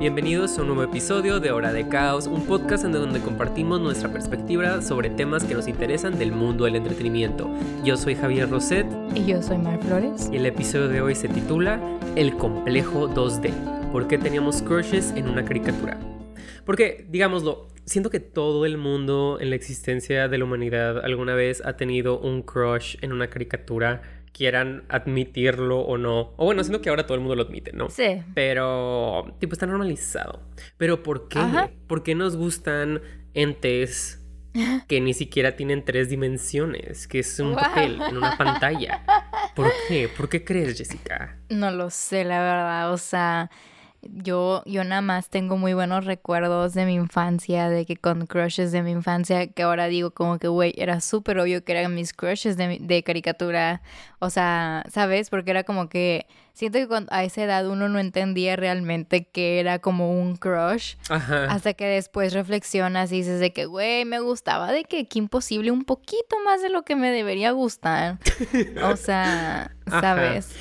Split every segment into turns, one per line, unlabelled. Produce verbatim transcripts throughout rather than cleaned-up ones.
Bienvenidos a un nuevo episodio de Hora de Caos, un podcast en donde compartimos nuestra perspectiva sobre temas que nos interesan del mundo del entretenimiento. Yo soy Javier Roset.
Y yo soy Mar Flores.
Y el episodio de hoy se titula El complejo dos D. ¿Por qué teníamos crushes en una caricatura? Porque, digámoslo, siento que todo el mundo en la existencia de la humanidad alguna vez ha tenido un crush en una caricatura, quieran admitirlo o no. O bueno, siento que ahora todo el mundo lo admite, ¿no?
Sí.
Pero, tipo, está normalizado. Pero ¿por qué?
Ajá.
¿Por qué nos gustan entes que ni siquiera tienen tres dimensiones? Que es un
Wow.
papel en una pantalla. ¿Por qué? ¿Por qué crees, Jessica?
No lo sé, la verdad, o sea, yo, yo nada más tengo muy buenos recuerdos de mi infancia, de que con crushes de mi infancia, que ahora digo como que, güey, era súper obvio que eran mis crushes de, mi- de caricatura, o sea, ¿sabes? Porque era como que, siento que cuando, a esa edad uno no entendía realmente que era como un crush,
Ajá.
hasta que después reflexionas y dices de que, güey, me gustaba de que, que imposible, un poquito más de lo que me debería gustar, o sea,
Ajá.
¿sabes?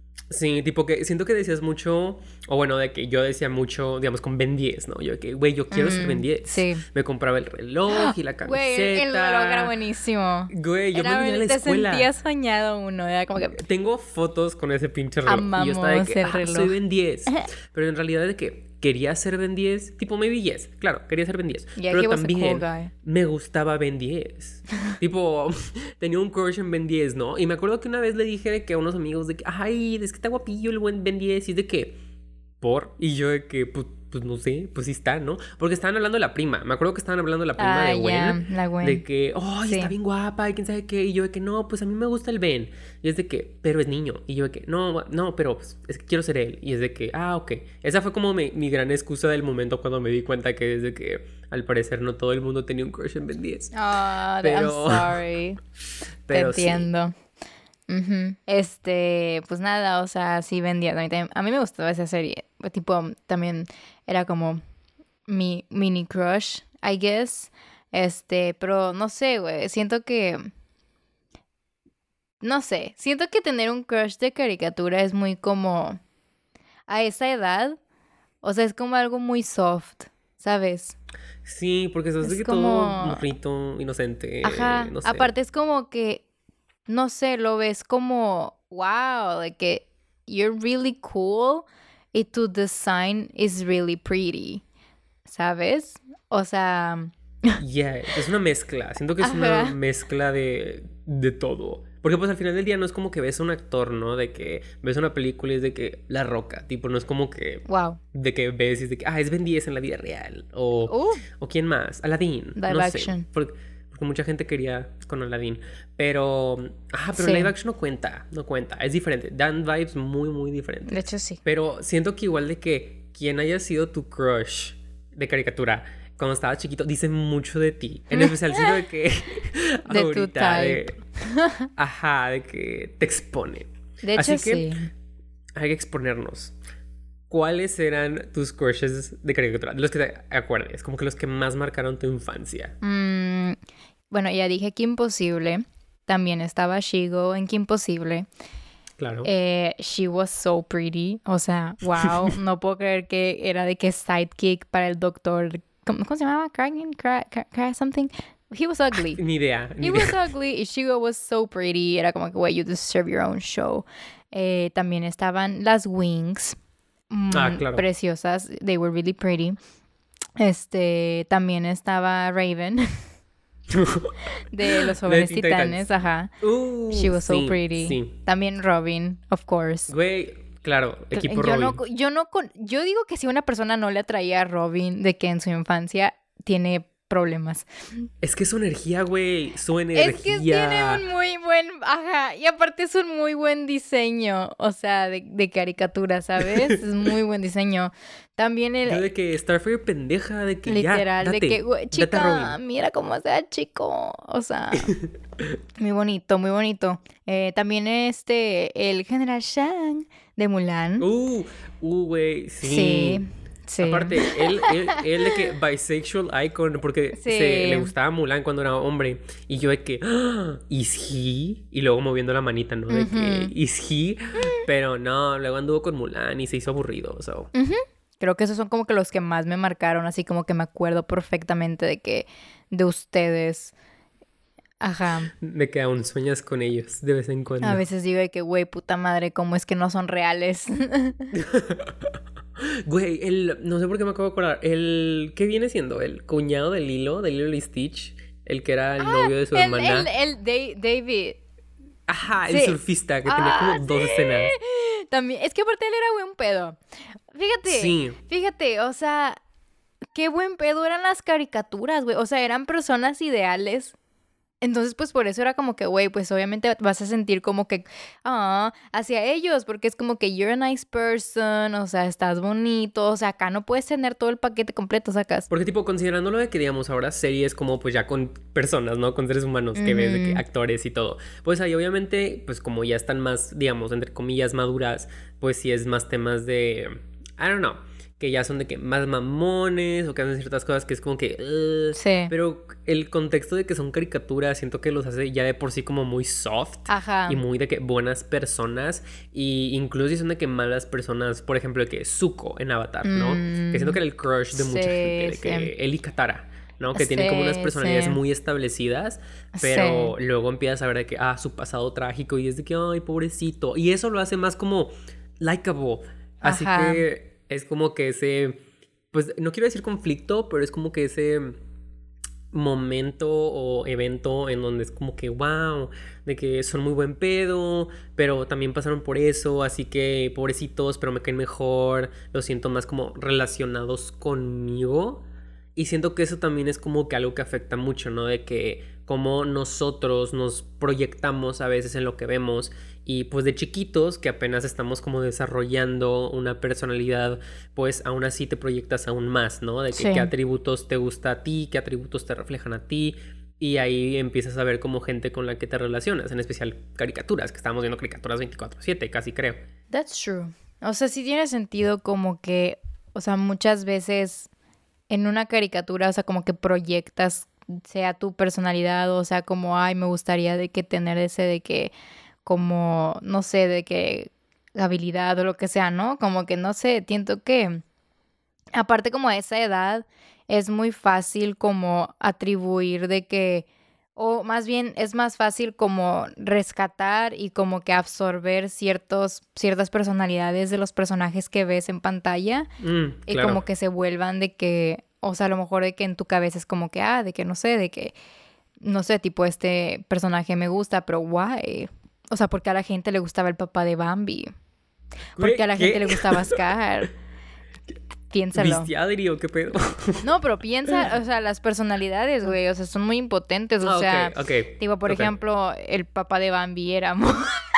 Sí, tipo que siento que decías mucho, o bueno, de que yo decía mucho, digamos, con Ben diez, ¿no? Yo de que, güey, yo quiero ser
Mm,
Ben diez.
sí.
Me compraba el reloj y la camiseta.
Güey, el, el reloj era buenísimo.
Güey, yo
Era,
me venía a la
te
escuela.
sentías soñado uno, era como que...
Tengo fotos con ese pinche reloj.
Amamos
y yo estaba de que,
el
ah,
reloj.
soy Ben diez. Pero en realidad de que quería ser Ben diez, tipo maybe yes, claro, quería ser Ben diez.
Yeah,
pero
he was a
también
cool guy.
me gustaba Ben diez. Tipo, tenía un crush en Ben diez, ¿no? Y me acuerdo que una vez le dije de que a unos amigos de que, ay, es que está guapillo el buen Ben diez. Y es de que, ¿por? Y yo de que, pues, pues no sé, pues sí está, ¿no? Porque estaban hablando de la prima. Me acuerdo que estaban hablando de la prima
Ah,
de
ya,
Gwen.
la Gwen.
De que, ay,
Sí.
está bien guapa y quién sabe qué. Y yo de que, no, pues a mí me gusta el Ben. Y es de que, pero es niño. Y yo de que, no, no, pero pues, es que quiero ser él. Y es de que, ah, ok. Esa fue como mi, mi gran excusa del momento cuando me di cuenta que es de que, al parecer, no todo el mundo tenía un crush en Ben diez.
Oh,
Pero-
I'm sorry.
Pero
Te
sí.
entiendo. Ujú. Este, pues nada, o sea, sí vendía. A mí, también- a mí me gustaba esa serie. Tipo, también era como mi mini crush, I guess. Este, pero no sé, güey. Siento que. No sé. Siento que tener un crush de caricatura es muy como. A esa edad. O sea, es como algo muy soft, ¿sabes?
Sí, porque estás de
Es
que
como-
todo morrito, inocente.
Ajá.
No sé.
Aparte es como que. No sé, lo ves como. Wow, de que you're really cool. Y tu design is really pretty. ¿Sabes? O sea.
Yeah, es una mezcla. Siento que es una
Ajá.
mezcla de, de todo. Porque pues al final del día no es como que ves a un actor, ¿no? De que ves una película y es de que La Roca. Tipo, no es como que...
Wow.
De que ves y es de que... Ah, es Ben diez en la vida real. O...
Uh,
¿O quién más? Aladdin.
Live
no
action.
sé. Porque, porque mucha gente quería con Aladdin. Pero... Ah, pero
Sí.
live action no cuenta. No cuenta. Es diferente. Dan vibes muy, muy diferentes.
de hecho, sí.
Pero siento que igual de que quien haya sido tu crush de caricatura cuando estaba chiquito dice mucho de ti. En especial siento de que
De tu
ahorita de-
type.
ajá, de que te expone.
De hecho,
Así que
sí.
hay que exponernos. ¿Cuáles eran tus crushes de caricatura? De los que te acuerdes, como que los que más marcaron tu infancia.
Mm, bueno, ya dije que Imposible. También estaba Shigo en que Imposible.
Claro.
Eh, she was so pretty. O sea, wow. No puedo creer que era de que sidekick para el doctor. ¿Cómo, cómo se llamaba? Kragen? Kra, Kra- Kra- something. He was ugly.
Ni idea. Ni
He
idea.
was ugly y Shigo was so pretty. Era como que, güey, you deserve your own show. Eh, también estaban las Wings. mm,
Ah, claro.
Preciosas. They were really pretty. Este, también estaba Raven. De los
De
jóvenes
Teen
titanes,
Titans.
ajá.
Uh,
She was so
sí,
pretty.
Sí.
También Robin, of course.
Güey, claro, equipo
yo
Robin.
no, yo no con, yo digo que si una persona no le atraía a Robin de que en su infancia tiene problemas.
Es que su energía, güey, su energía.
Es que tiene un muy buen, ajá, y aparte es un muy buen diseño, o sea, de, de caricatura, ¿sabes? Es muy buen diseño. También el
Yo de que Starfire pendeja, de que
literal,
ya,
de
date,
que, güey,
date a
chica,
Robin.
mira cómo sea chico, o sea, muy bonito, muy bonito. Eh, también este, el General Shang de Mulan.
Uh, uh, güey, sí.
Sí, sí.
Aparte, él, él, él de que bisexual icon, porque
Sí.
se, le gustaba Mulan cuando era hombre. Y yo de que, "Ah, ¿is he?" Y luego moviendo la manita, ¿no? De que,
Ujú.
¿is he? Pero no, luego anduvo con Mulan y se hizo aburrido, so.
Ujú. Creo que esos son como que los que más me marcaron, así como que me acuerdo perfectamente de que, de ustedes. Ajá.
De que aún sueñas con ellos de vez en cuando.
A veces digo de que, güey, puta madre, ¿cómo es que no son reales?
Güey, el... No sé por qué me acabo de acordar. El... ¿Qué viene siendo? El cuñado de Lilo, de Lilo y Stitch. El que era el
ah,
novio de su
el,
hermana.
El, el Da- David.
Ajá, el
sí.
surfista que
ah,
tenía como dos
sí.
escenas.
También, es que aparte él era buen pedo. Fíjate,
Sí.
fíjate, o sea, qué buen pedo eran las caricaturas, güey. O sea, eran personas ideales. Entonces, pues por eso era como que, güey, pues obviamente vas a sentir como que, ah, hacia ellos, porque es como que you're a nice person, o sea, estás bonito, o sea, acá no puedes tener todo el paquete completo, sacas.
Porque, tipo, considerándolo de que, digamos, ahora series como, pues, ya con personas, ¿no? Con seres humanos que
Ujú.
ves, de que actores y todo. Pues ahí, obviamente, pues, como ya están más, digamos, entre comillas, maduras, pues sí es más temas de, I don't know, que ya son de que más mamones o que hacen ciertas cosas que es como que... Uh,
Sí.
Pero el contexto de que son caricaturas siento que los hace ya de por sí como muy soft.
Ajá.
Y muy de que buenas personas. Y incluso si son de que malas personas, por ejemplo, de que Zuko en Avatar, ¿no?
Mm,
Que siento que era el crush de mucha
sí,
gente, de
sí.
que él y Katara, ¿no? Que tienen como unas
Sí,
personalidades
sí.
muy establecidas, pero
Sí.
luego empiezas a ver de que, ah, su pasado trágico y es de que, ay, pobrecito. Y eso lo hace más como likeable. Así
Ajá.
que es como que ese, pues no quiero decir conflicto, pero es como que ese momento o evento en donde es como que wow, de que son muy buen pedo, pero también pasaron por eso, así que pobrecitos, pero me caen mejor, los siento más como relacionados conmigo. Y siento que eso también es como que algo que afecta mucho, ¿no? De que como nosotros nos proyectamos a veces en lo que vemos y pues de chiquitos que apenas estamos como desarrollando una personalidad, pues aún así te proyectas aún más, ¿no? De que
Sí.
qué atributos te gusta a ti, qué atributos te reflejan a ti y ahí empiezas a ver como gente con la que te relacionas, en especial caricaturas, que estábamos viendo caricaturas veinticuatro siete, casi creo.
That's true. O sea, sí tiene sentido como que, o sea, muchas veces en una caricatura, o sea, como que proyectas sea tu personalidad, o sea, como, ay, me gustaría de que tener ese de que, como, no sé, de que habilidad o lo que sea, ¿no? Como que, no sé, siento que, aparte como a esa edad, es muy fácil como atribuir de que, o más bien es más fácil como rescatar y como que absorber ciertos, ciertas personalidades de los personajes que ves en pantalla
Mm,
y
claro.
como que se vuelvan de que, o sea, a lo mejor de que en tu cabeza es como que, ah, de que no sé, de que, no sé, tipo este personaje me gusta, pero why? O sea, porque a la gente le gustaba el papá de Bambi. Porque a la
¿Qué?
gente le gustaba Scar. Piénsalo.
¿Bestiadri o qué pedo?
No, pero piensa, o sea, las personalidades, güey, o sea, son muy impotentes, o
Ah, ok,
sea,
ok,
tipo, por
ok.
ejemplo, el papá de Bambi era muy...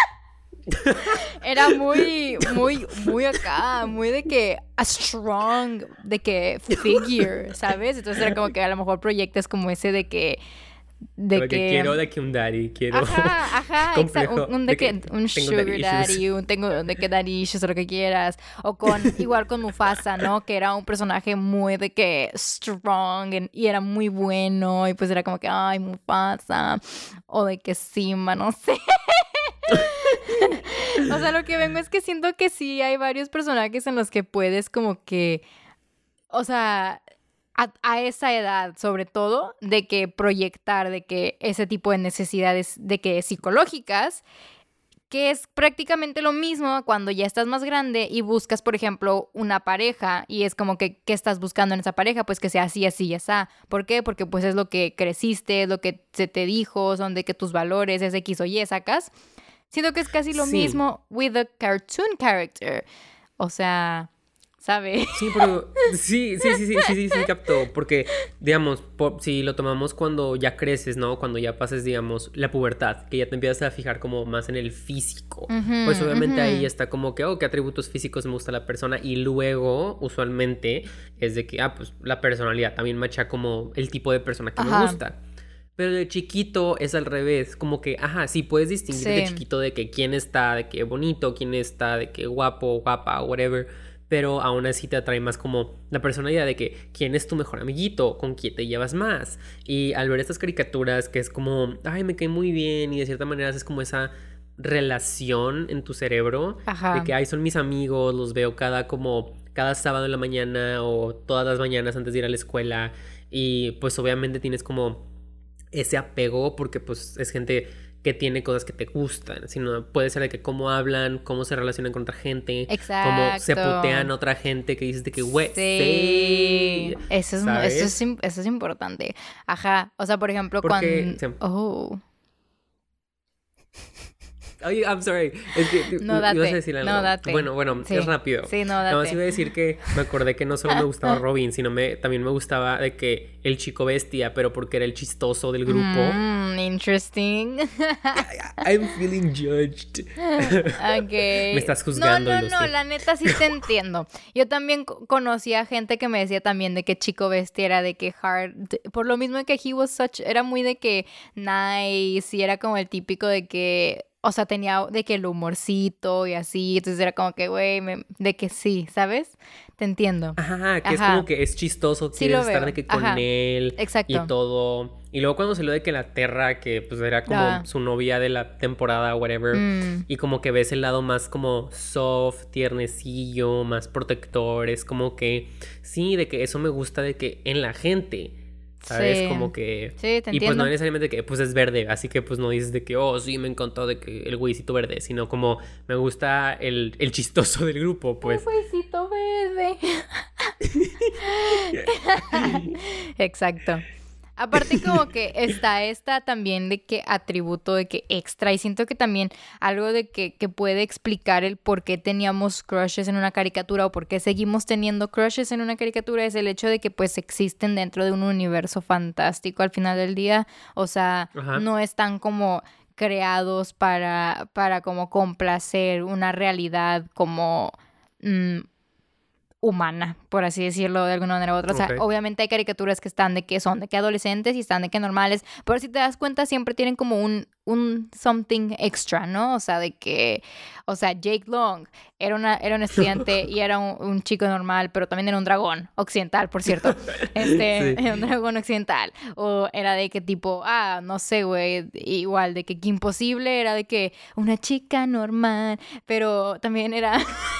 Era muy, muy, muy acá, muy de que a strong, de que figure, ¿sabes? Entonces era como que a lo mejor proyectas como ese de que... De
Lo que,
que
quiero de que un daddy, quiero
Ajá, ajá,
complejo
exa- un, un de
de
que,
que
un
tengo
sugar
daddy
daddy,
issues.
un tengo de que daddy issues o lo que quieras, o con igual con Mufasa, ¿no? Que era un personaje muy de que strong and- y era muy bueno y pues era como que ay Mufasa o de que Simba, no sé. O sea, lo que vengo es que siento que sí hay varios personajes en los que puedes como que, o sea, a, a esa edad, sobre todo, de que proyectar de que ese tipo de necesidades de que psicológicas, que es prácticamente lo mismo cuando ya estás más grande y buscas, por ejemplo, una pareja y es como que, ¿qué estás buscando en esa pareja? Pues que sea así, así y así. ¿Por qué? Porque pues es lo que creciste, es lo que se te dijo, son de que tus valores es X o Y, ¿sacas? Siento que es casi lo
Sí.
mismo with a cartoon character. O sea... ¿Sabe?
Sí, pero sí, sí, sí, sí, sí, sí, sí, captó. Porque, digamos, po- si lo tomamos cuando ya creces, ¿no? Cuando ya pases, digamos, la pubertad, que ya te empiezas a fijar como más en el físico.
Ujú,
Pues obviamente
ujú.
ahí está como que, oh, qué atributos físicos me gusta la persona. Y luego, usualmente, es de que, ah, pues la personalidad también macha como el tipo de persona que
Ajá.
me gusta. Pero de chiquito es al revés, como que, ajá, sí puedes distinguir de
Sí.
chiquito de que quién está, de que bonito, quién está, de que guapo, guapa, whatever. Pero aún así te atrae más como la personalidad de que quién es tu mejor amiguito, con quién te llevas más. Y al ver estas caricaturas que es como, ay, me cae muy bien y de cierta manera es como esa relación en tu cerebro.
Ajá.
De que, ay, son mis amigos, los veo cada como, cada sábado en la mañana o todas las mañanas antes de ir a la escuela. Y pues obviamente tienes como ese apego porque pues es gente que tiene cosas que te gustan, sino puede ser de que cómo hablan, cómo se relacionan con otra gente,
Exacto.
cómo se putean a otra gente que dices de que, güey,
Sí,
sí.
Eso es,
¿Sabes?
eso es, im- eso es importante. Ajá, o sea, por ejemplo,
Porque,
cuando...
sí.
Oh,
Oye, I'm sorry. Es que
no,
ibas a
date,
decir algo.
no, date.
Bueno, bueno,
Sí,
es rápido.
sí, no,
Nada más
date.
iba a decir que me acordé que no solo me gustaba Robin, sino me, también me gustaba de que el chico bestia, pero porque era el chistoso del grupo.
Mm, interesting.
I'm feeling judged.
Ok.
Me estás juzgando,
No, no,
Lucy.
no, la neta sí te entiendo. Yo también co- conocía gente que me decía también de que chico bestia era de que hard, de- por lo mismo que he was such, era muy de que nice y era como el típico de que, o sea, tenía de que el humorcito y así, entonces era como que, güey, me- de que sí, ¿sabes? Te entiendo.
Ajá, que
Ajá.
es como que es chistoso,
Sí
quieres
lo
estar
veo.
de que con
Ajá.
él
Exacto.
y todo. Y luego cuando salió de que la Terra, que pues era como
Ah.
su novia de la temporada, whatever,
Mm.
y como que ves el lado más como soft, tiernecillo, más protector, es como que sí, de que eso me gusta de que en la gente, ¿sabes?
Sí.
Como que...
Sí, te
y pues no
entiendo.
necesariamente que pues es verde, así que pues no dices de que, oh, sí, me encantó de que el güeycito verde, sino como me gusta el, el chistoso del grupo, pues.
Güeycito verde. Exacto. Aparte como que está esta también de que atributo de que extra y siento que también algo de que, que puede explicar el por qué teníamos crushes en una caricatura o por qué seguimos teniendo crushes en una caricatura es el hecho de que pues existen dentro de un universo fantástico al final del día, o sea,
Ajá.
no están como creados para, para como complacer una realidad como... mm, humana, por así decirlo de alguna manera u otra. O sea,
Ok.
obviamente hay caricaturas que están de que son de que adolescentes y están de que normales, pero si te das cuenta siempre tienen como un, un something extra, ¿no? O sea, de que, o sea, Jake Long era, una, era un estudiante y era un, un chico normal, pero también era un dragón occidental, por cierto. Este,
Sí.
era un dragón occidental. O era de que tipo, ah, no sé, güey, igual, de que, que imposible era de que una chica normal, pero también era...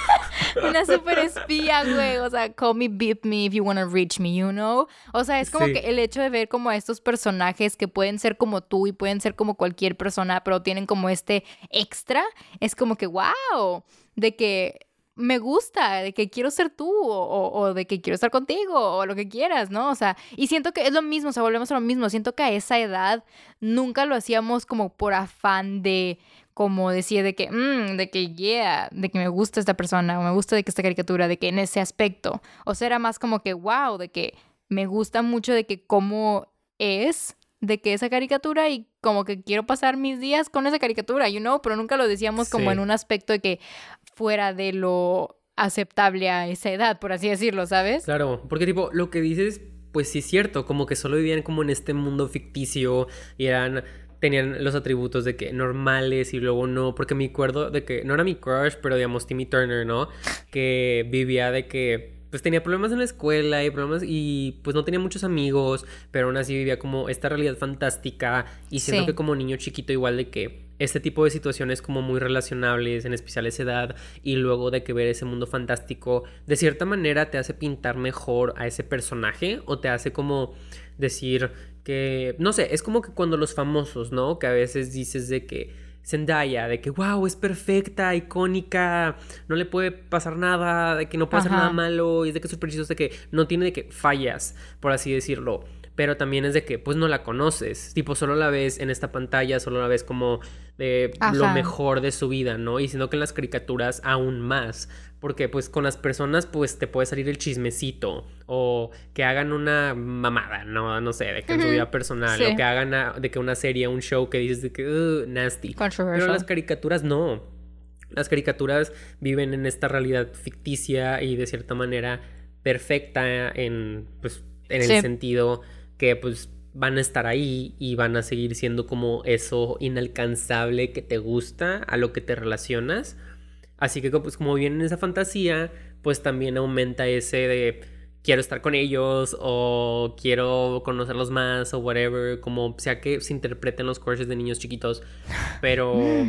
una super espía, güey. O sea, call me, beep me if you wanna reach me, you know? O sea, es como
Sí.
que el hecho de ver como a estos personajes que pueden ser como tú y pueden ser como cualquier persona, pero tienen como este extra, es como que, wow, de que me gusta, de que quiero ser tú o, o- o de que quiero estar contigo o lo que quieras, ¿no? O sea, y siento que es lo mismo, o sea, volvemos a lo mismo. Siento que a esa edad nunca lo hacíamos como por afán de como decir de que, mm, de que, yeah, de que me gusta esta persona, o me gusta de que esta caricatura, de que en ese aspecto. O sea, era más como que, wow, de que me gusta mucho de que cómo es, de que esa caricatura y como que quiero pasar mis días con esa caricatura, you know, pero nunca lo decíamos como
Sí.
en un aspecto de que fuera de lo aceptable a esa edad, por así decirlo, ¿sabes?
Claro, porque tipo, lo que dices, pues sí es cierto, como que solo vivían como en este mundo ficticio y eran, tenían los atributos de que normales y luego no, porque me acuerdo de que, no era mi crush, pero digamos Timmy Turner, ¿no? Que vivía de que, pues tenía problemas en la escuela y problemas y pues no tenía muchos amigos, pero aún así vivía como esta realidad fantástica y siento
Sí.
que como niño chiquito igual de que este tipo de situaciones como muy relacionables, en especial a esa edad, y luego de que ver ese mundo fantástico, de cierta manera te hace pintar mejor a ese personaje o te hace como decir que, no sé, es como que cuando los famosos, ¿no? Que a veces dices de que Zendaya, de que wow, es perfecta, icónica, no le puede pasar nada, de que no puede hacer
Ajá.
nada malo, y es de que es súper chistosa, de que no tiene de que fallas, por así decirlo. Pero también es de que pues no la conoces, tipo solo la ves en esta pantalla, solo la ves como de lo
Ajá.
mejor de su vida, ¿no? Y siendo que en las caricaturas aún más, porque pues con las personas pues te puede salir el chismecito o que hagan una mamada, no, no sé, de que en su
Ujú.
vida personal
Sí.
o que hagan a- de que una serie, un show que dices de que "Ugh, nasty". Pero
Controversial.
las caricaturas no. Las caricaturas viven en esta realidad ficticia y de cierta manera perfecta en pues en el
Sí.
sentido que pues van a estar ahí y van a seguir siendo como eso inalcanzable que te gusta, a lo que te relacionas. Así que pues como viene en esa fantasía, pues también aumenta ese de quiero estar con ellos o quiero conocerlos más o whatever, como sea que se interpreten los crushes de niños chiquitos. Pero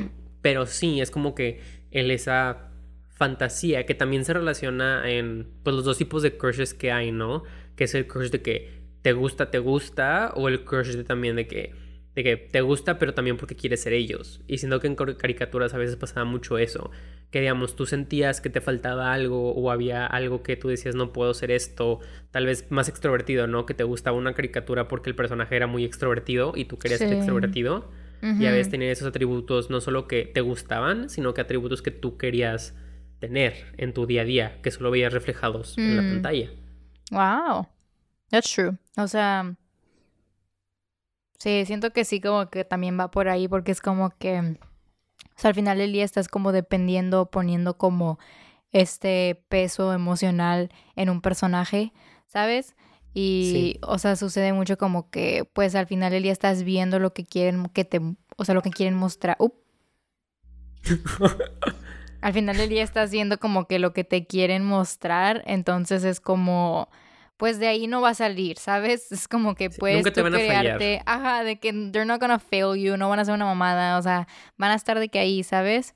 Pero sí, es como que él esa fantasía que también se relaciona en pues los dos tipos de crushes que hay, ¿no? Que es el crush de que te gusta, te gusta, o el crush de también de que, de que te gusta, pero también porque quieres ser ellos. Y siento que en caricaturas a veces pasaba mucho eso. Que digamos, tú sentías que te faltaba algo o había algo que tú decías no puedo ser esto, tal vez más extrovertido, ¿no? Que te gustaba una caricatura porque el personaje era muy extrovertido y tú querías
Sí.
ser extrovertido.
Ujú.
Y a veces tenía esos atributos no solo que te gustaban, sino que atributos que tú querías tener en tu día a día, que solo veías reflejados en la
Mm.
pantalla.
Wow. That's true. O sea, sí, siento que sí, como que también va por ahí, porque es como que, o sea, al final del día estás como dependiendo, poniendo como este peso emocional en un personaje, ¿sabes? Y,
Sí.
o sea, sucede mucho como que, pues al final del día estás viendo lo que quieren que te, o sea, lo que quieren mostrar. Up. Al final del día estás viendo como que lo que te quieren mostrar, entonces es como, pues de ahí no va a salir, ¿sabes? Es como que
Sí,
puedes
nunca te
tú
van a fallar.
crearte, ajá, de que they're not gonna fail you, no van a hacer una mamada, o sea, van a estar de que ahí, ¿sabes?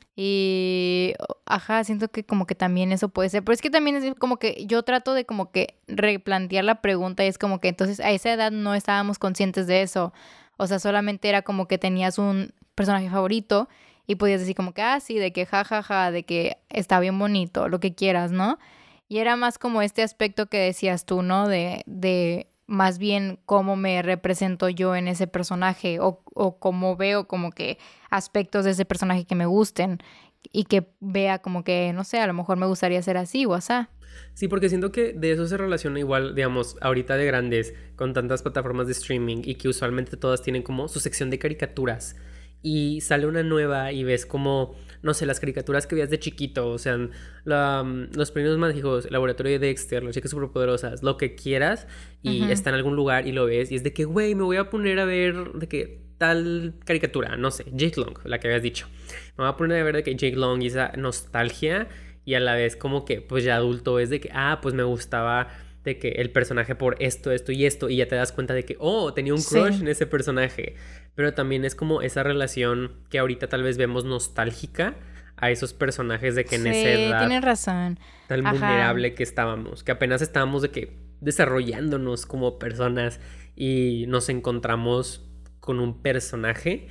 Y, ajá, siento que como que también eso puede ser, pero es que también es como que yo trato de como que replantear la pregunta y es como que entonces a esa edad no estábamos conscientes de eso, o sea, solamente era como que tenías un personaje favorito y podías decir como que, ah, sí, de que ja, ja, ja, de que está bien bonito, lo que quieras, ¿no? Y era más como este aspecto que decías tú, ¿no? De, de más bien cómo me represento yo en ese personaje o, o cómo veo como que aspectos de ese personaje que me gusten y que vea como que, no sé, a lo mejor me gustaría ser así o asá.
Sí, porque siento que de eso se relaciona igual, digamos, ahorita de grandes, con tantas plataformas de streaming y que usualmente todas tienen como su sección de caricaturas. Y sale una nueva y ves como, no sé, las caricaturas que veías de chiquito, o sea, la, los premios mágicos, el laboratorio de Dexter, las chicas superpoderosas, lo que quieras, y
Ujú.
está en algún lugar y lo ves, y es de que, güey, me voy a poner a ver de que tal caricatura, no sé, Jake Long, la que habías dicho. Me voy a poner a ver de que Jake Long y esa nostalgia, y a la vez como que, pues ya adulto es de que, ah, pues me gustaba de que el personaje por esto, esto y esto, y ya te das cuenta de que, oh, tenía un crush
Sí.
en ese personaje. Pero también es como esa relación que ahorita tal vez vemos nostálgica a esos personajes de que en esa
Sí,
edad
tienes razón.
tan
Ajá.
vulnerable que estábamos, que apenas estábamos de que desarrollándonos como personas y nos encontramos con un personaje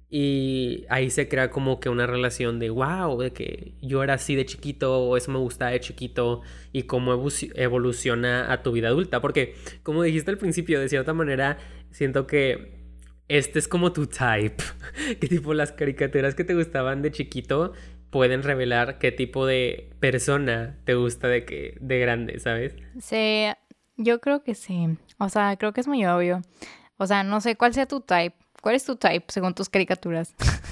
y ahí se crea como que una relación de wow, de que yo era así de chiquito o eso me gustaba de chiquito y cómo evoluciona a tu vida adulta, porque como dijiste al principio, de cierta manera siento que este es como tu type, que tipo las caricaturas que te gustaban de chiquito pueden revelar qué tipo de persona te gusta de que de grande, ¿sabes?
Sí, yo creo que sí. O sea, creo que es muy obvio. O sea, no sé cuál sea tu type. ¿Cuál es tu type según tus caricaturas?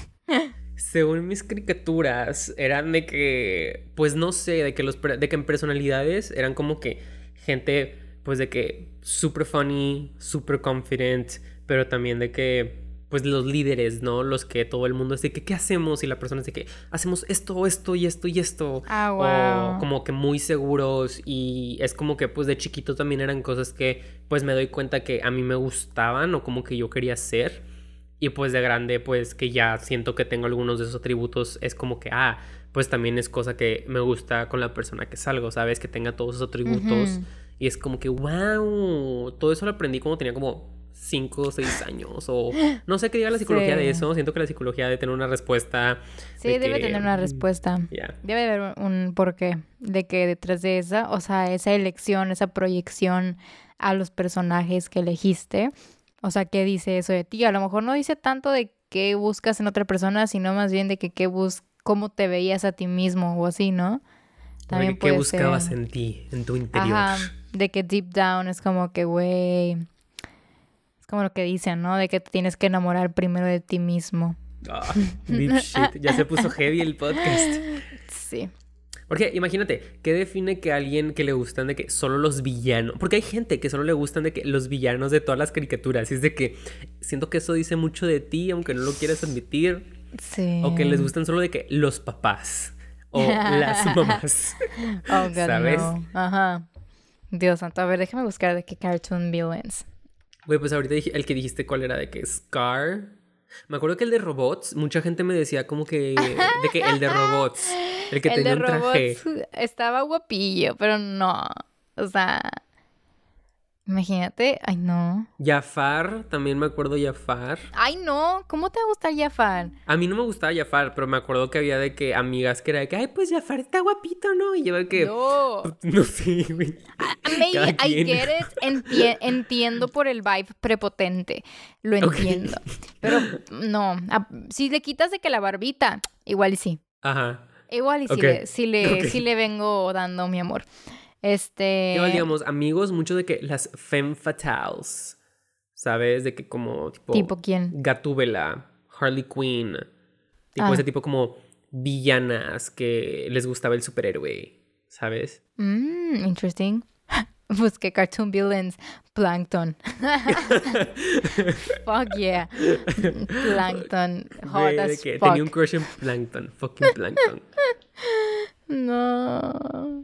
Según mis caricaturas, eran de que, pues no sé, de que los de que en personalidades eran como que gente, pues de que super funny, super confident, pero también de que, pues los líderes, ¿no? Los que todo el mundo es de que, ¿qué hacemos? Y la persona es de que, hacemos esto, esto y esto y esto.
Ah,
O
wow.
como que muy seguros y es como que, pues de chiquito también eran cosas que, pues me doy cuenta que a mí me gustaban o como que yo quería ser. Y pues de grande, pues que ya siento que tengo algunos de esos atributos, es como que, ah, pues también es cosa que me gusta con la persona que salgo, ¿sabes? Que tenga todos esos atributos.
Ujú.
Y es como que, wow, todo eso lo aprendí cuando tenía como cinco o seis años. O no sé qué diga la psicología de
Sí.
eso. Siento que la psicología debe tener una respuesta
Sí,
de
debe
que...
tener una respuesta.
Ya.
Debe haber un porqué de que detrás de esa, o sea, esa elección, esa proyección a los personajes que elegiste, o sea, ¿qué dice eso de ti? A lo mejor no dice tanto de qué buscas en otra persona, sino más bien de que qué bus cómo te veías a ti mismo o así, ¿no?
O de
También
que qué
puede ser.
buscabas en ti, en tu interior.
Ajá, de que deep down es como que, güey, es como lo que dicen, ¿no? De que te tienes que enamorar primero de ti mismo.
Ah, deep shit. Ya se puso heavy el podcast.
Sí.
Porque imagínate, ¿qué define que alguien que le gustan de que solo los villanos? Porque hay gente que solo le gustan de que los villanos de todas las caricaturas. Y es de que siento que eso dice mucho de ti, aunque no lo quieras admitir.
Sí.
O que les gustan solo de que los papás. O las mamás.
Oh, God,
¿Sabes?
no. Ajá. Dios santo. A ver, déjame buscar de qué cartoon villains.
Güey, pues ahorita dije- el que dijiste cuál era de que Scar. Me acuerdo que el de robots, mucha gente me decía como que... De que el de robots, el que
El
tenía
de
un traje.
robots estaba guapillo, pero no. O sea, imagínate. Ay, no.
Jafar, también me acuerdo Jafar.
Ay, no. ¿Cómo te va a gustar Jafar?
A mí no me gustaba Jafar, pero me acuerdo que había de que amigas que era de que, ay, pues Jafar está guapito, ¿no? Y yo de que...
No.
No sé, güey.
Maybe
Cada
I
quien.
get it. Enti- entiendo por el vibe prepotente. Lo
Ok.
entiendo. Pero no. A- Si le quitas de que la barbita, igual y sí.
Ajá.
Igual y sí
Ok.
le, sí le,
Ok.
sí le vengo dando mi amor. Este.
Igual, digamos, amigos, mucho de que las femme fatales, ¿sabes? De que como tipo...
¿Tipo quién?
Gatúbela, Harley Quinn, tipo
Ah.
ese tipo como villanas que les gustaba el superhéroe, ¿sabes?
Mm, interesting. Busqué cartoon villains. Plankton. Fuck yeah. Plankton. Hot
Güey, de
as
que
fuck.
tenía un crush en Plankton, fucking Plankton.
No.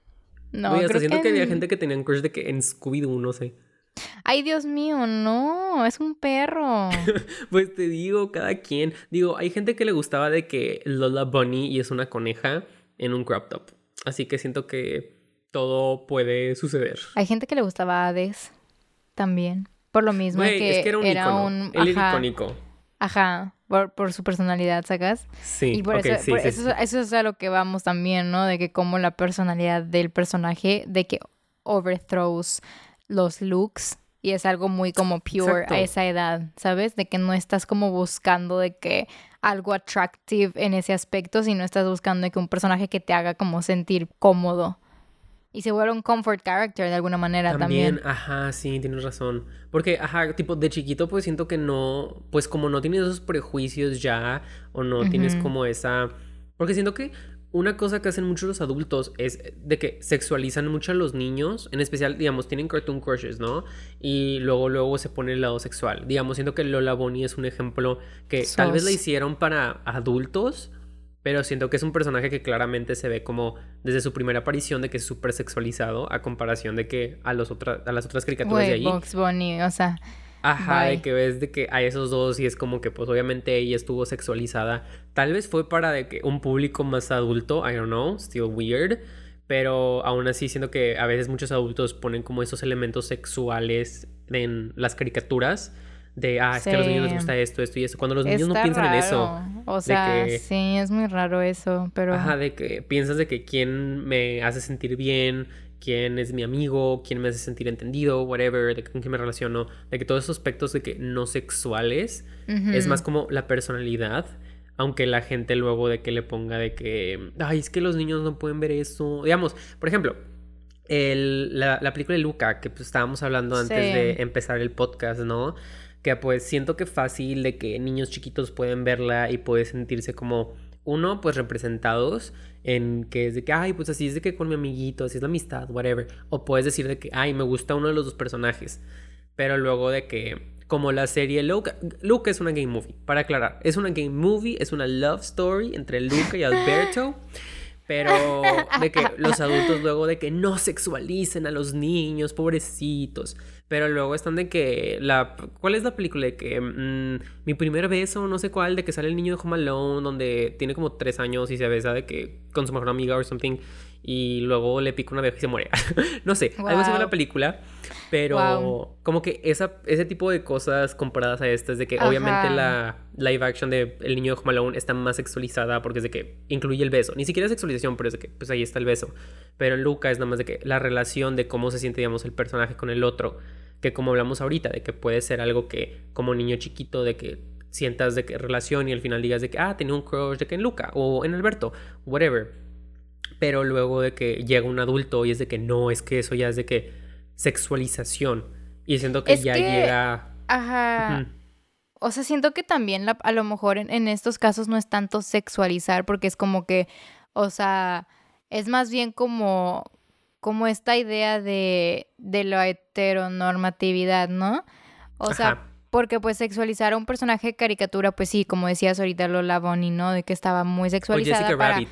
No,
Güey, hasta
creo
siento que...
que...
había gente que tenía un crush de que en Scooby-Doo, no sé.
Ay, Dios mío, no. Es un perro.
Pues te digo, cada quien. Digo, hay gente que le gustaba de que Lola Bunny y es una coneja en un crop top. Así que siento que todo puede suceder.
Hay gente que le gustaba a Hades también. Por lo mismo
Güey,
que
es que era un icono.
un...
Él era
ajá,
icónico.
ajá, por, por su personalidad, ¿sacas?
Sí,
Y por
ok,
eso,
sí,
por
sí,
eso,
sí.
eso es a lo que vamos también, ¿no? De que como la personalidad del personaje, de que overthrows los looks. Y es algo muy como pure
Exacto.
a esa edad, ¿sabes? De que no estás como buscando de que algo attractive en ese aspecto, sino estás buscando de que un personaje que te haga como sentir cómodo. Y se vuelve un comfort character de alguna manera
También,
también.
ajá, sí, tienes razón. Porque, ajá, tipo, de chiquito, pues siento que no, pues como no tienes esos prejuicios ya, o no tienes
Ujú.
como esa... Porque siento que una cosa que hacen muchos los adultos es de que sexualizan mucho a los niños, en especial, digamos, tienen cartoon crushes, ¿no? Y luego, luego se pone el lado sexual. Digamos, siento que Lola Bunny es un ejemplo que tal vez la
Sos.
hicieron para adultos, pero siento que es un personaje que claramente se ve como desde su primera aparición de que es súper sexualizado a comparación de que a, los otra- a las otras caricaturas de
Güey,
ahí.
Bugs Bunny, o sea,
Ajá, de
bye.
que ves de que a esos dos y es como que pues obviamente ella estuvo sexualizada. Tal vez fue para de que un público más adulto, I don't know, still weird. Pero aún así siento que a veces muchos adultos ponen como esos elementos sexuales en las caricaturas. De, ah, es que a los niños les gusta
Sí.
esto, esto y eso. Cuando los niños no
Está
piensan en eso.
raro. O
De
sea,
que...
sí, es muy raro eso, pero...
Ajá, de que piensas de que quién me hace sentir bien, quién es mi amigo, quién me hace sentir entendido, whatever, de con quién me relaciono, de que todos esos aspectos de que no sexuales es
Ujú.
más como la personalidad, aunque la gente luego de que le ponga de que, ay, es que los niños no pueden ver eso. Digamos, por ejemplo, el, la, la película de Luca, que pues estábamos hablando antes de
Sí.
empezar el podcast, ¿no? Que pues siento que fácil de que niños chiquitos pueden verla y puede sentirse como, uno, pues representados en que es de que, ay, pues así es de que con mi amiguito, así es la amistad, whatever. O puedes decir de que, ay, me gusta uno de los dos personajes. Pero luego de que, como la serie Luca, Luca es una gay movie, para aclarar, es una gay movie, es una love story entre Luca y Alberto. Pero de que los adultos luego de que no sexualicen a los niños, pobrecitos. Pero luego están de que la... ¿Cuál es la película? De que mm, mi primer beso, no sé cuál, de que sale el niño de Home Alone, donde tiene como tres años y se besa de que con su mejor amiga o something, y luego le pica una vieja y se muere. No sé, algo así va la
Wow.
película. Pero
Wow.
como que esa, ese tipo de cosas comparadas a estas, de que obviamente
Ajá.
la live action de El niño de Home Alone está más sexualizada porque es de que incluye el beso. Ni siquiera sexualización, pero es de que pues ahí está el beso. Pero en Luca es nada más de que la relación de cómo se siente, digamos, el personaje con el otro. Que como hablamos ahorita, de que puede ser algo que como niño chiquito, de que sientas de que relación y al final digas de que, ah, tenía un crush de que en Luca o en Alberto, whatever. Pero luego de que llega un adulto y es de que no, es que eso ya es de que sexualización. Y siento que
Es
ya
que,
llega...
ajá.
Ujú.
O sea, siento que también la- a lo mejor en, en estos casos no es tanto sexualizar, porque es como que, o sea, es más bien como, como esta idea de, de la heteronormatividad, ¿no? O sea,
Ajá.
porque pues sexualizar a un personaje de caricatura, pues sí, como decías ahorita Lola Bunny, ¿no? De que estaba muy
O
sexualizada
Jessica
para...
Rabbit.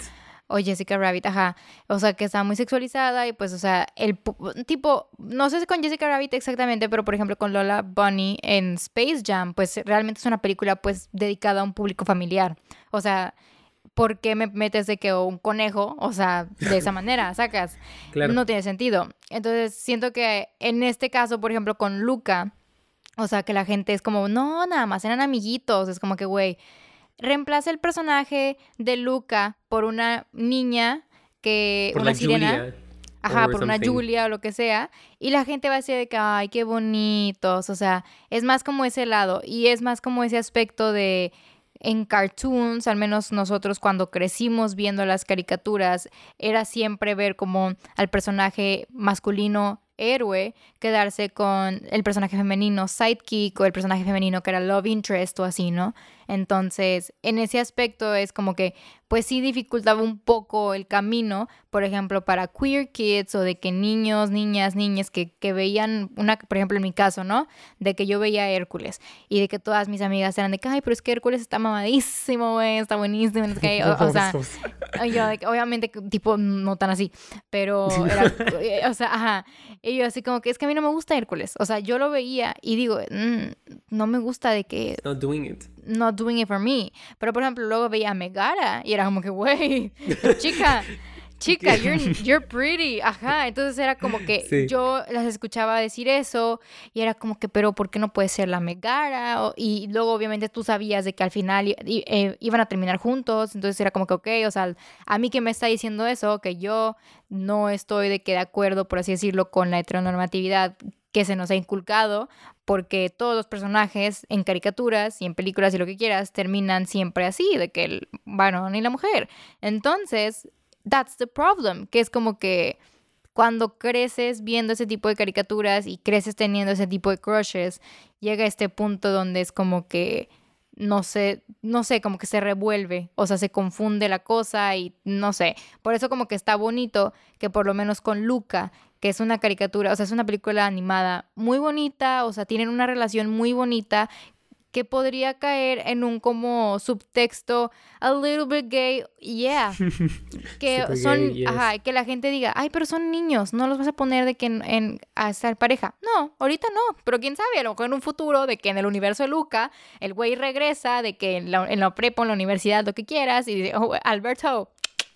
O Jessica Rabbit, ajá. O sea, que está muy sexualizada y pues, o sea, el pu- tipo, no sé si con Jessica Rabbit exactamente, pero por ejemplo con Lola Bunny en Space Jam, pues realmente es una película pues dedicada a un público familiar. O sea, ¿por qué me metes de que un conejo? O sea, de esa manera, sacas.
Claro.
No tiene sentido. Entonces, siento que en este caso, por ejemplo, con Luca, o sea, que la gente es como, no, nada más eran amiguitos. Es como que, güey, reemplaza el personaje de Luca por una niña que,
Por
una
like
sirena,
Julia
ajá,
or
por una
something.
Julia o lo que sea, y la gente va a decir de que, ay, qué bonitos, o sea, es más como ese lado, y es más como ese aspecto de, en cartoons, al menos nosotros cuando crecimos viendo las caricaturas, era siempre ver como al personaje masculino héroe quedarse con el personaje femenino sidekick o el personaje femenino que era love interest o así, ¿no? Entonces, en ese aspecto es como que, pues sí dificultaba un poco el camino, por ejemplo, para queer kids o de que niños, niñas, niñas que, que veían, una, por ejemplo, en mi caso, ¿no? De que yo veía a Hércules y de que todas mis amigas eran de que, ay, pero es que Hércules está mamadísimo, güey, está buenísimo, no sé qué. O, o sea, yo, de que, obviamente, tipo, no tan así, pero era, eh, o sea, ajá. Y yo así como que es que a mí no me gusta Hércules. O sea, yo lo veía y digo, "Mm, no me gusta de que
It's not doing it.
not doing it for me". Pero por ejemplo, luego veía a Megara y era como que, güey, chica, chica, you're, you're pretty. Ajá. Entonces era como que
Sí.
yo las escuchaba decir eso y era como que, pero ¿por qué no puede ser la Megara? O- y luego obviamente tú sabías de que al final i- i- eh, iban a terminar juntos. Entonces era como que, ok, o sea, a mí que me está diciendo eso, que yo no estoy de que de acuerdo, por así decirlo, con la heteronormatividad que se nos ha inculcado, porque todos los personajes en caricaturas y en películas y lo que quieras terminan siempre así, de que el varón y la mujer. Entonces, that's the problem, que es como que cuando creces viendo ese tipo de caricaturas y creces teniendo ese tipo de crushes, llega a este punto donde es como que no sé, no sé, como que se revuelve, o sea, se confunde la cosa y no sé. Por eso como que está bonito que por lo menos con Luca, que es una caricatura, o sea, es una película animada muy bonita, o sea, tienen una relación muy bonita que podría caer en un como subtexto a little bit gay, yeah, que
Super
son,
gay, yes.
ajá, que la gente diga, ay, pero son niños, no los vas a poner de que en, en- a estar pareja. No, ahorita no, pero quién sabe, a lo mejor en un futuro, de que en el universo de Luca, el güey regresa, de que en la, en la prepa, en la universidad, lo que quieras, y dice, oh, Alberto,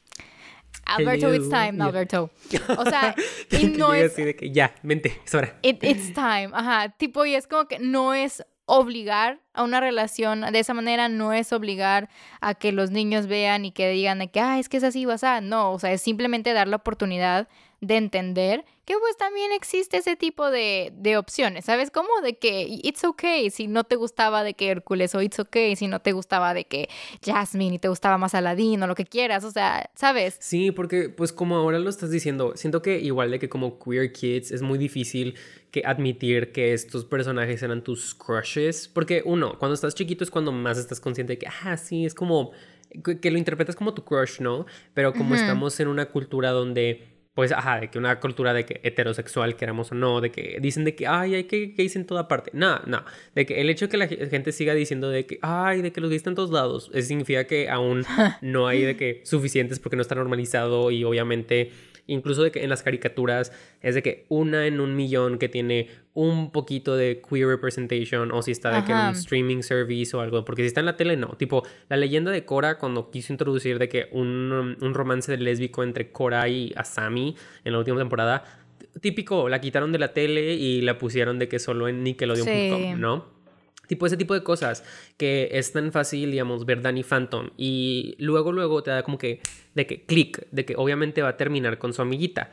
Alberto, it's
Hello.
time,
Yeah.
Alberto. O sea,
que,
y
que
no
llega
es,
así de que ya, vente, es hora.
It, it's time, ajá, tipo, y es como que no es obligar a una relación de esa manera, no es obligar a que los niños vean y que digan de que, ah, es que es así, vas a, no, o sea, es simplemente dar la oportunidad de entender que pues también existe ese tipo de, de opciones, ¿sabes? Como de que it's okay si no te gustaba de que Hércules o it's okay si no te gustaba de que Jasmine y te gustaba más Aladdin o lo que quieras, o sea, ¿sabes?
Sí, porque pues como ahora lo estás diciendo, siento que igual de que como queer kids es muy difícil que admitir que estos personajes eran tus crushes, porque uno, cuando estás chiquito es cuando más estás consciente de que, ah, sí, es como, que, que lo interpretas como tu crush, ¿no? Pero como
Ujú.
estamos en una cultura donde, pues, ajá, de que una cultura de que heterosexual, queramos o no, de que dicen de que, ay, hay que gays en toda parte. No, no, de que el hecho de que la gente siga diciendo de que, ay, de que los gays están en todos lados, eso significa que aún no hay de que suficientes porque no está normalizado y obviamente incluso de que en las caricaturas es de que una en un millón que tiene un poquito de queer representation o si está de que en
Ajá.
un streaming service o algo, porque si está en la tele no, tipo la leyenda de Korra cuando quiso introducir de que un, un romance lésbico entre Korra y Asami en la última temporada, típico, la quitaron de la tele y la pusieron de que solo en nickelodeon punto com,
Sí.
¿no? Tipo ese tipo de cosas que es tan fácil, digamos, ver Danny Phantom y luego, luego te da como que, de que clic, de que obviamente va a terminar con su amiguita.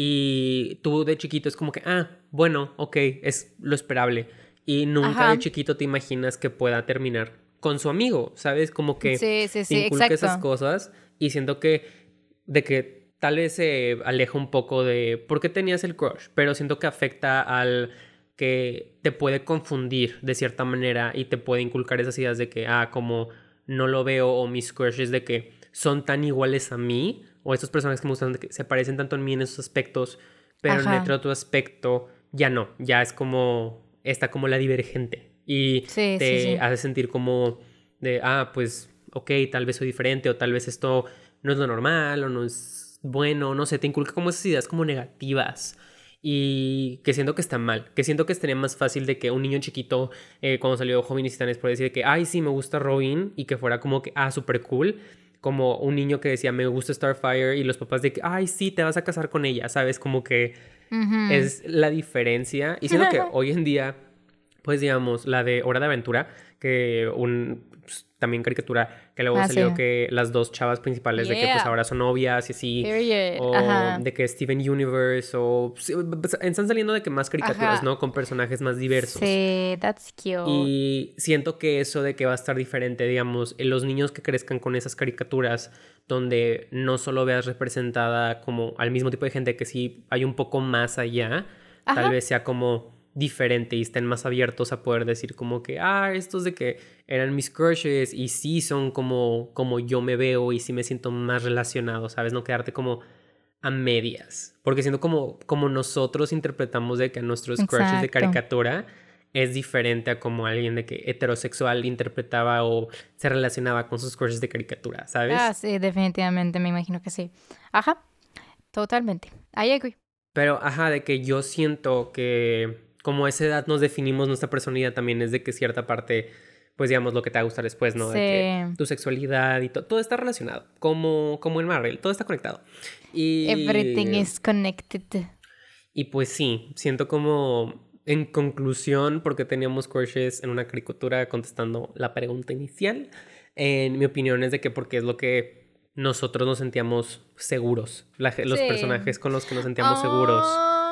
Y tú de chiquito es como que, ah, bueno, ok, es lo esperable. Y nunca
Ajá.
de chiquito te imaginas que pueda terminar con su amigo, ¿sabes? Como que
Sí, sí,
te
sí,
inculca esas
exacto.
cosas y siento que, de que tal vez se aleja un poco de por qué tenías el crush, pero siento que afecta al que te puede confundir de cierta manera y te puede inculcar esas ideas de que, ah, como no lo veo o mis crushes de que son tan iguales a mí o estos personajes que me gustan de que se parecen tanto en mí en esos aspectos, pero en
Ajá.
este otro aspecto ya no, ya es como, está como la divergente y
Sí, sí,
te
sí.
hace sentir como de, ah, pues, ok, tal vez soy diferente o tal vez esto no es lo normal o no es bueno, no sé, te inculca como esas ideas como negativas. Y que siento que está mal, que siento que estaría más fácil de que un niño chiquito eh, cuando salió Jóvenes Titanes por decir que, ay, sí, me gusta Robin, y que fuera como que, ah, súper cool, como un niño que decía, me gusta Starfire, y los papás de que, ay, sí, te vas a casar con ella, ¿sabes? Como que uh-huh. es la diferencia. Y siento que hoy en día, pues digamos, la de Hora de Aventura, que un... pues, también caricatura, que luego ah, salió sí. que las dos chavas principales yeah. de que pues ahora son novias y así. Period. O Ajá. de que Steven Universe o... Están saliendo de que más caricaturas, Ajá. ¿no? Con personajes más diversos.
Sí, that's cute.
Y siento que eso de que va a estar diferente, digamos, en los niños que crezcan con esas caricaturas donde no solo veas representada como al mismo tipo de gente, que sí hay un poco más allá, Ajá. tal vez sea como... diferente y estén más abiertos a poder decir como que, ah, estos de que eran mis crushes y sí son como, como yo me veo y sí me siento más relacionado, ¿sabes? No quedarte como a medias. Porque siento como, como nosotros interpretamos de que a nuestros Exacto. crushes de caricatura es diferente a como alguien de que heterosexual interpretaba o se relacionaba con sus crushes de caricatura, ¿sabes?
Ah, sí, definitivamente, me imagino que sí. Ajá, totalmente. I agree.
Pero, ajá, de que yo siento que... como a esa edad nos definimos nuestra personalidad también es de que cierta parte, pues digamos, lo que te va a gustar después, ¿no?
Sí.
De que tu sexualidad y to- todo está relacionado, como, como en Marvel, todo está conectado. Y,
Everything is connected.
Y pues sí, siento como, en conclusión, porque teníamos crushes en una caricatura contestando la pregunta inicial, en mi opinión es de que porque es lo que nosotros nos sentíamos seguros, la, los sí. personajes con los que nos sentíamos oh. seguros.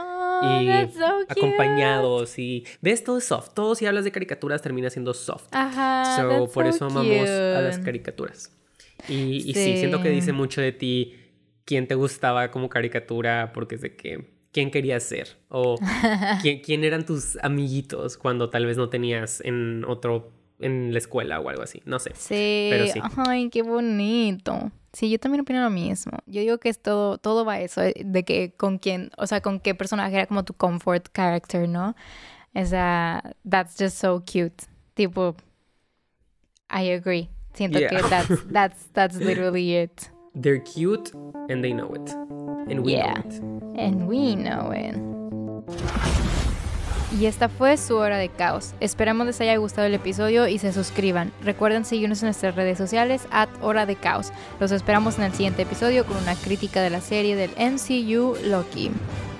Y
so
acompañados y ves, todo es soft, todo si hablas de caricaturas termina siendo soft.
Ajá,
so, por
so
eso
cute.
amamos a las caricaturas. Y sí. y sí, siento que dice mucho de ti quién te gustaba como caricatura, porque es de que quién querías ser o quién, quién eran tus amiguitos cuando tal vez no tenías en otro, en la escuela o algo así, no sé.
Sí,
pero sí.
Ay, qué bonito. Sí, yo también opino lo mismo. Yo digo que es todo, todo va a eso, de que con quién, o sea, con qué personaje era como tu comfort character, ¿no? O sea, that's just so cute. Tipo, I agree. Siento yeah. que that's, that's, that's literally it.
They're cute and they know it. And we
yeah.
know it.
And we know it. Y esta fue su Hora de Caos. Esperamos les haya gustado el episodio y se suscriban. Recuerden seguirnos en nuestras redes sociales at Hora de Caos. Los esperamos en el siguiente episodio con una crítica de la serie del M C U Loki.